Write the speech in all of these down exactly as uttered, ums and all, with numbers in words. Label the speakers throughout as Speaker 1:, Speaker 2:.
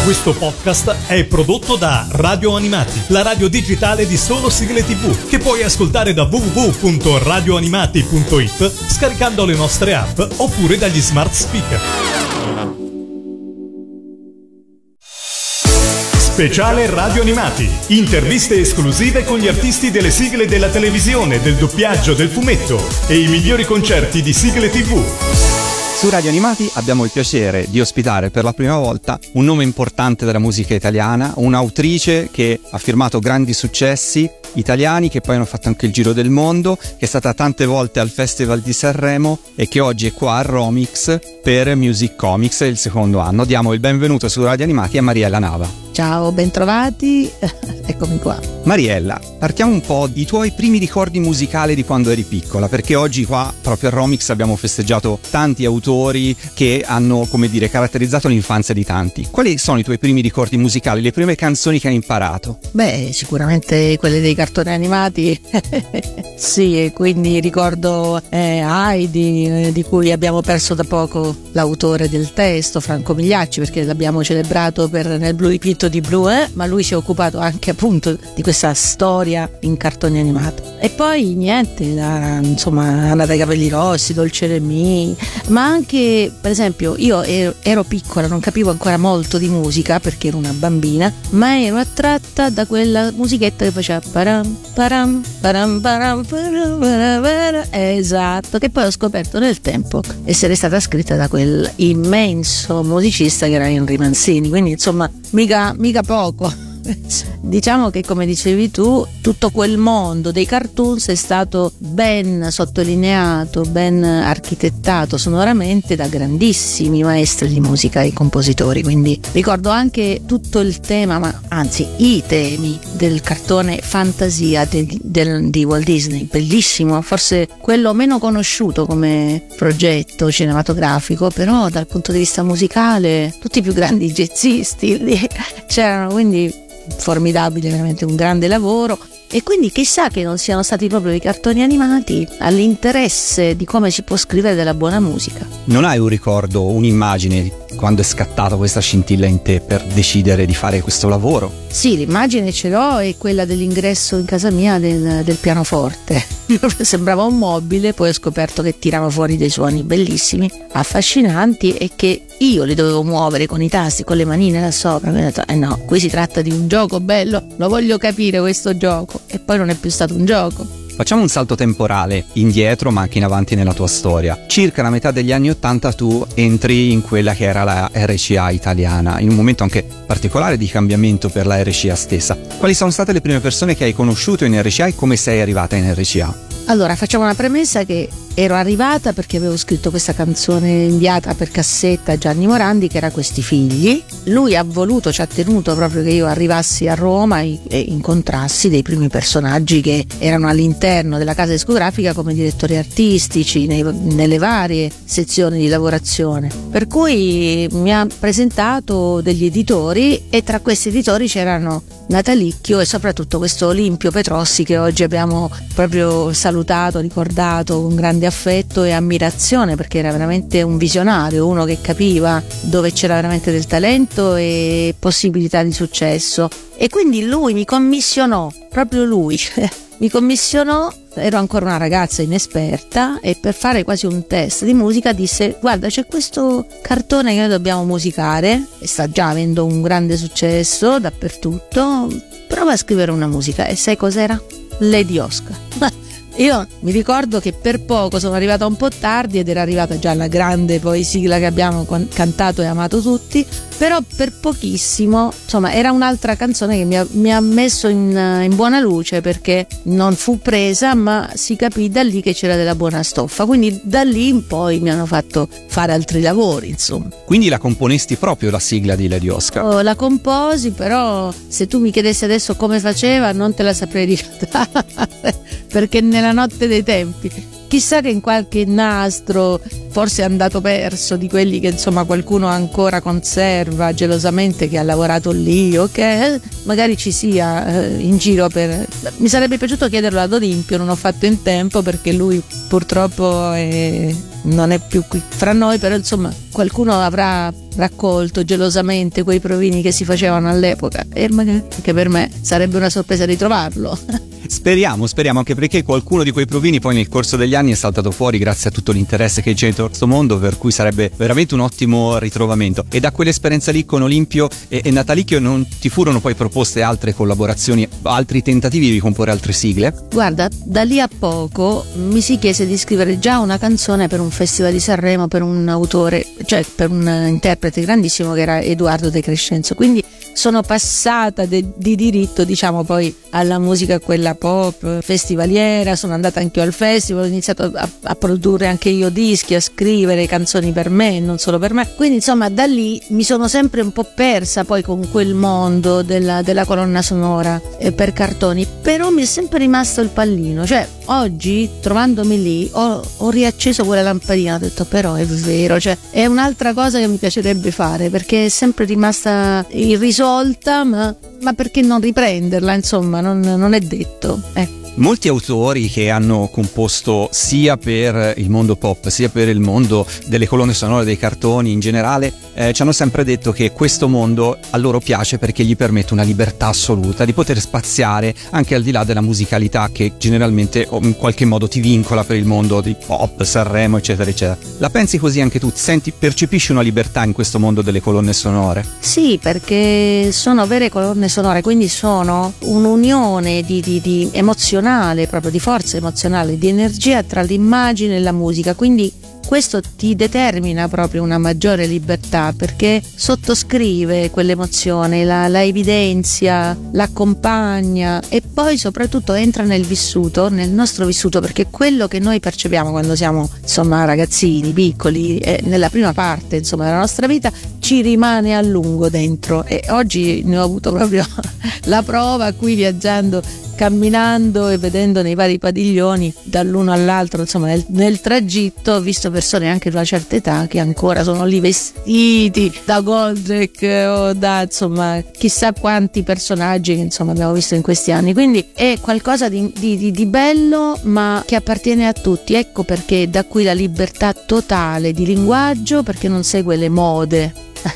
Speaker 1: Questo podcast è prodotto da Radio Animati, la radio digitale di solo sigle tivù, che puoi ascoltare da w w w punto radio animati punto i t scaricando le nostre app oppure dagli smart speaker. Speciale Radio Animati. Interviste esclusive con gli artisti delle sigle della televisione, del doppiaggio, del fumetto e i migliori concerti di sigle tivù.
Speaker 2: Su Radio Animati abbiamo il piacere di ospitare per la prima volta un nome importante della musica italiana, un'autrice che ha firmato grandi successi italiani che poi hanno fatto anche il giro del mondo, che è stata tante volte al Festival di Sanremo e che oggi è qua a Romix per Music Comics, il secondo anno. Diamo il benvenuto su Radio Animati a Mariella Nava.
Speaker 3: Ciao, bentrovati, eccomi qua.
Speaker 2: Mariella, partiamo un po' dei tuoi primi ricordi musicali di quando eri piccola, perché oggi qua proprio a Romix abbiamo festeggiato tanti autori che hanno, come dire, caratterizzato l'infanzia di tanti. Quali sono i tuoi primi ricordi musicali, le prime canzoni che hai imparato?
Speaker 3: Beh, sicuramente quelle dei cartoni animati, sì, e quindi ricordo eh, Heidi, eh, di cui abbiamo perso da poco l'autore del testo, Franco Migliacci, perché l'abbiamo celebrato per nel Blue Pit di Blue, eh, ma lui si è occupato anche appunto di questa storia in cartone animato. E poi niente, da, insomma, Anna dai capelli rossi, Dolce Remì, ma anche, per esempio, io ero, ero piccola, non capivo ancora molto di musica perché ero una bambina, ma ero attratta da quella musichetta che faceva param param param param param param param, esatto, che poi ho scoperto nel tempo essere stata scritta da quel immenso musicista che era Henry Mancini, quindi insomma mica mica poco. Diciamo che, come dicevi tu, tutto quel mondo dei cartoons è stato ben sottolineato, ben architettato sonoramente da grandissimi maestri di musica e compositori, quindi ricordo anche tutto il tema, ma anzi i temi del cartone fantasia de, de, di Walt Disney, bellissimo, forse quello meno conosciuto come progetto cinematografico, però dal punto di vista musicale tutti i più grandi jazzisti lì c'erano, quindi formidabile, veramente un grande lavoro. E quindi chissà che non siano stati proprio i cartoni animati all'interesse di come si può scrivere della buona musica.
Speaker 2: Non hai un ricordo, un'immagine quando è scattata questa scintilla in te per decidere di fare questo lavoro?
Speaker 3: Sì, l'immagine ce l'ho, è quella dell'ingresso in casa mia del, del pianoforte. Sembrava un mobile, poi ho scoperto che tirava fuori dei suoni bellissimi, affascinanti, e che io li dovevo muovere con i tasti, con le manine là sopra. Mi ho detto, eh no, qui si tratta di un gioco bello, lo voglio capire questo gioco. E poi non è più stato un gioco.
Speaker 2: Facciamo un salto temporale, indietro ma anche in avanti nella tua storia. Circa la metà degli anni Ottanta tu entri in quella che era la R C A italiana, in un momento anche particolare di cambiamento per la R C A stessa. Quali sono state le prime persone che hai conosciuto in R C A e come sei arrivata in R C A?
Speaker 3: Allora, facciamo una premessa che ero arrivata perché avevo scritto questa canzone inviata per cassetta a Gianni Morandi, che era Questi figli. Lui ha voluto, ci ha tenuto proprio che io arrivassi a Roma e incontrassi dei primi personaggi che erano all'interno della casa discografica come direttori artistici nei, nelle varie sezioni di lavorazione. Per cui mi ha presentato degli editori e tra questi editori c'erano Natalicchio e soprattutto questo Olimpio Petrossi, che oggi abbiamo proprio salutato, ricordato con grande affetto e ammirazione, perché era veramente un visionario, uno che capiva dove c'era veramente del talento e possibilità di successo. E quindi lui mi commissionò, proprio lui mi commissionò, ero ancora una ragazza inesperta, e per fare quasi un test di musica disse: guarda, c'è questo cartone che noi dobbiamo musicare e sta già avendo un grande successo dappertutto, prova a scrivere una musica. E sai cos'era? Lady Oscar. Io mi ricordo che per poco sono arrivata un po' tardi ed era arrivata già la grande poi sigla che abbiamo cantato e amato tutti, però per pochissimo, insomma, era un'altra canzone che mi ha, mi ha messo in, in buona luce, perché non fu presa, ma si capì da lì che c'era della buona stoffa, quindi da lì in poi mi hanno fatto fare altri lavori, insomma.
Speaker 2: Quindi la componesti proprio la sigla di Lady Oscar?
Speaker 3: Oh, la composi, però se tu mi chiedessi adesso come faceva non te la saprei ricordare. perché nella notte dei tempi chissà che in qualche nastro forse è andato perso di quelli che insomma qualcuno ancora conserva gelosamente, che ha lavorato lì o che magari ci sia eh, in giro per... Mi sarebbe piaciuto chiederlo ad Olimpio, non ho fatto in tempo perché lui purtroppo è... non è più qui fra noi, però insomma qualcuno avrà raccolto gelosamente quei provini che si facevano all'epoca e magari anche per me sarebbe una sorpresa ritrovarlo.
Speaker 2: Speriamo, speriamo, anche perché qualcuno di quei provini poi nel corso degli anni è saltato fuori grazie a tutto l'interesse che c'è intorno a questo mondo, per cui sarebbe veramente un ottimo ritrovamento. E da quell'esperienza lì con Olimpio e, e Natalicchio non ti furono poi proposte altre collaborazioni, altri tentativi di comporre altre sigle?
Speaker 3: Guarda, da lì a poco mi si chiese di scrivere già una canzone per un festival di Sanremo, per un autore, cioè per un interprete grandissimo che era Edoardo De Crescenzo, quindi sono passata de, di diritto diciamo poi alla musica quella pop festivaliera, sono andata anche io al festival, ho iniziato a, a produrre anche io dischi, a scrivere canzoni per me, non solo per me, quindi insomma da lì mi sono sempre un po' persa poi con quel mondo della, della colonna sonora eh, per cartoni, però mi è sempre rimasto il pallino, cioè oggi trovandomi lì ho, ho riacceso quella lampadina, ho detto però è vero, cioè è un'altra cosa che mi piacerebbe fare perché è sempre rimasta irrisolta, ma, ma perché non riprenderla, insomma non, non è detto, ecco.
Speaker 2: Molti autori che hanno composto sia per il mondo pop sia per il mondo delle colonne sonore, dei cartoni in generale, eh, ci hanno sempre detto che questo mondo a loro piace perché gli permette una libertà assoluta di poter spaziare anche al di là della musicalità che generalmente o in qualche modo ti vincola per il mondo di pop, Sanremo eccetera eccetera. La pensi così anche tu? Senti, percepisci una libertà in questo mondo delle colonne sonore?
Speaker 3: Sì, perché sono vere colonne sonore, quindi sono un'unione di, di, di emozionale, proprio di forza emozionale, di energia tra l'immagine e la musica, quindi questo ti determina proprio una maggiore libertà perché sottoscrive quell'emozione, la, la evidenzia, l'accompagna e poi soprattutto entra nel vissuto, nel nostro vissuto, perché quello che noi percepiamo quando siamo insomma ragazzini, piccoli, eh, nella prima parte insomma della nostra vita ci rimane a lungo dentro e oggi ne ho avuto proprio la prova qui viaggiando, camminando e vedendo nei vari padiglioni dall'uno all'altro, insomma nel, nel tragitto ho visto persone anche di una certa età che ancora sono lì vestiti da Goldrake o da insomma chissà quanti personaggi che insomma abbiamo visto in questi anni, quindi è qualcosa di, di, di bello ma che appartiene a tutti, ecco perché da qui la libertà totale di linguaggio, perché non segue le mode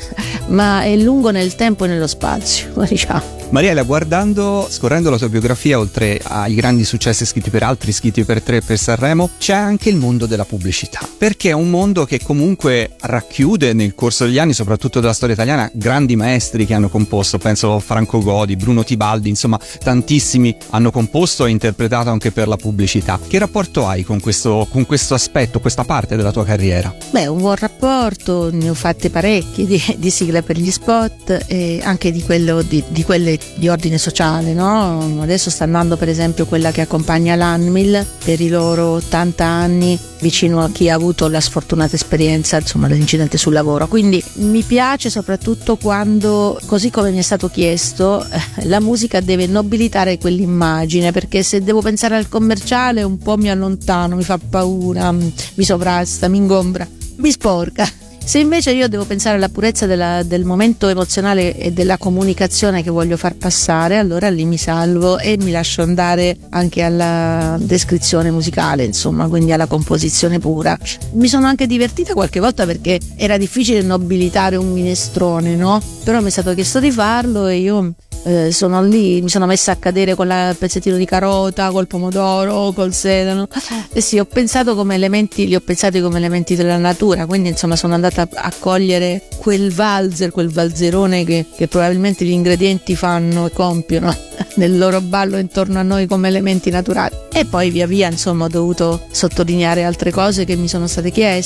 Speaker 3: ma è lungo nel tempo e nello spazio, diciamo.
Speaker 2: Mariela, guardando, scorrendo la tua biografia, oltre ai grandi successi scritti per altri, scritti per te e per Sanremo, c'è anche il mondo della pubblicità, perché è un mondo che comunque racchiude nel corso degli anni, soprattutto della storia italiana, grandi maestri che hanno composto, penso Franco Godi, Bruno Tibaldi, insomma tantissimi hanno composto e interpretato anche per la pubblicità. Che rapporto hai con questo, con questo aspetto, questa parte della tua carriera?
Speaker 3: Beh, un buon rapporto, ne ho fatte parecchie di, di sigle per gli spot e anche di quello di, di quelle di ordine sociale, no? Adesso sta andando per esempio quella che accompagna l'Anmil per i loro ottanta anni vicino a chi ha avuto la sfortunata esperienza insomma dell'incidente sul lavoro, quindi mi piace soprattutto quando, così come mi è stato chiesto, la musica deve nobilitare quell'immagine, perché se devo pensare al commerciale un po' mi allontano, mi fa paura, mi sovrasta, mi ingombra, mi sporca. Se invece io devo pensare alla purezza della, del momento emozionale e della comunicazione che voglio far passare, allora lì mi salvo e mi lascio andare anche alla descrizione musicale, insomma, quindi alla composizione pura. Mi sono anche divertita qualche volta perché era difficile nobilitare un minestrone, no? Però mi è stato chiesto di farlo e io eh, sono lì, mi sono messa a cadere con il pezzettino di carota, col pomodoro, col sedano. E sì, ho pensato come elementi, li ho pensati come elementi della natura, quindi insomma sono andata a cogliere quel valzer, quel valzerone che, che probabilmente gli ingredienti fanno e compiono nel loro ballo intorno a noi come elementi naturali. E poi via via insomma ho dovuto sottolineare altre cose che mi sono state chieste.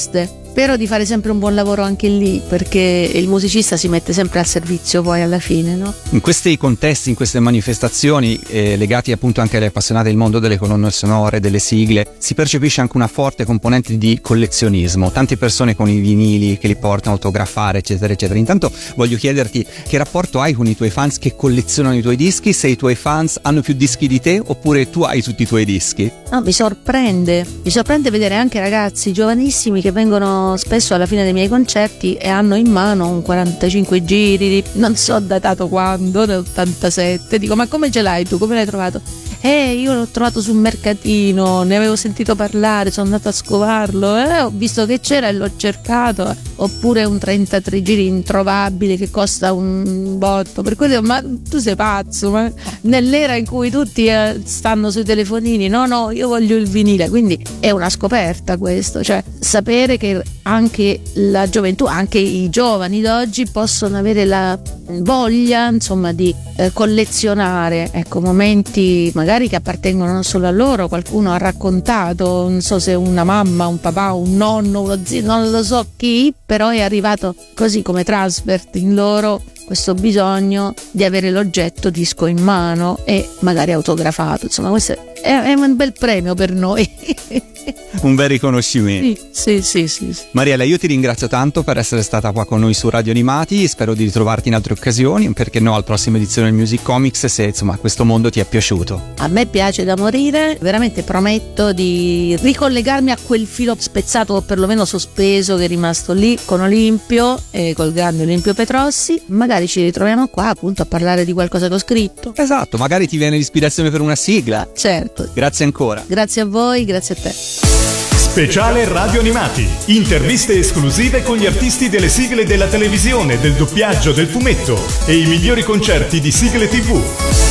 Speaker 3: spero di fare sempre un buon lavoro anche lì, perché il musicista si mette sempre al servizio poi alla fine, no?
Speaker 2: In questi contesti, in queste manifestazioni eh, legati appunto anche agli appassionati del mondo delle colonne sonore, delle sigle, si percepisce anche una forte componente di collezionismo, tante persone con i vinili che li portano a autografare eccetera eccetera. Intanto voglio chiederti che rapporto hai con i tuoi fans che collezionano i tuoi dischi, se i tuoi fans hanno più dischi di te oppure tu hai tutti i tuoi dischi?
Speaker 3: No, mi sorprende, mi sorprende vedere anche ragazzi giovanissimi che vengono spesso alla fine dei miei concerti e hanno in mano un quarantacinque giri, non so datato quando, nell'ottantasette. Dico, ma come ce l'hai tu? Come l'hai trovato? Eh, io l'ho trovato sul mercatino, ne avevo sentito parlare, sono andata a scovarlo, eh, ho visto che c'era e l'ho cercato. Oppure un trentatré giri introvabile che costa un botto, per cui dico, ma tu sei pazzo, ma nell'era in cui tutti eh, stanno sui telefonini, no no, io voglio il vinile. Quindi è una scoperta questo, cioè sapere che anche la gioventù, anche i giovani d'oggi possono avere la voglia, insomma, di eh, collezionare, ecco, momenti magari che appartengono non solo a loro. Qualcuno ha raccontato, non so se una mamma, un papà, un nonno, uno zio, non lo so chi, però è arrivato così come transfert in loro questo bisogno di avere l'oggetto disco in mano e magari autografato. Insomma, questo è, è un bel premio per noi.
Speaker 2: Un bel riconoscimento.
Speaker 3: Sì, sì, sì, sì.
Speaker 2: Mariella, io ti ringrazio tanto per essere stata qua con noi su Radio Animati, spero di ritrovarti in altre occasioni, perché no, alla prossima edizione del Music Comics, se insomma questo mondo ti è piaciuto.
Speaker 3: A me piace da morire, veramente prometto di ricollegarmi a quel filo spezzato o perlomeno sospeso che è rimasto lì con Olimpio e col grande Olimpio Petrossi. Magari ci ritroviamo qua appunto a parlare di qualcosa che ho scritto.
Speaker 2: Esatto, magari ti viene l'ispirazione per una sigla.
Speaker 3: Certo.
Speaker 2: Grazie ancora.
Speaker 3: Grazie a voi, grazie a te.
Speaker 1: Speciale Radio Animati. Interviste esclusive con gli artisti delle sigle della televisione, del doppiaggio, del fumetto e i migliori concerti di sigle tivù.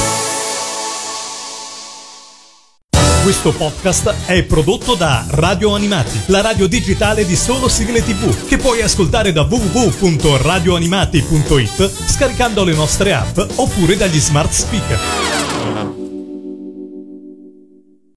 Speaker 1: Questo podcast è prodotto da Radio Animati, la radio digitale di solo sigle tivù, che puoi ascoltare da w w w punto radio animati punto it scaricando le nostre app oppure dagli smart speaker.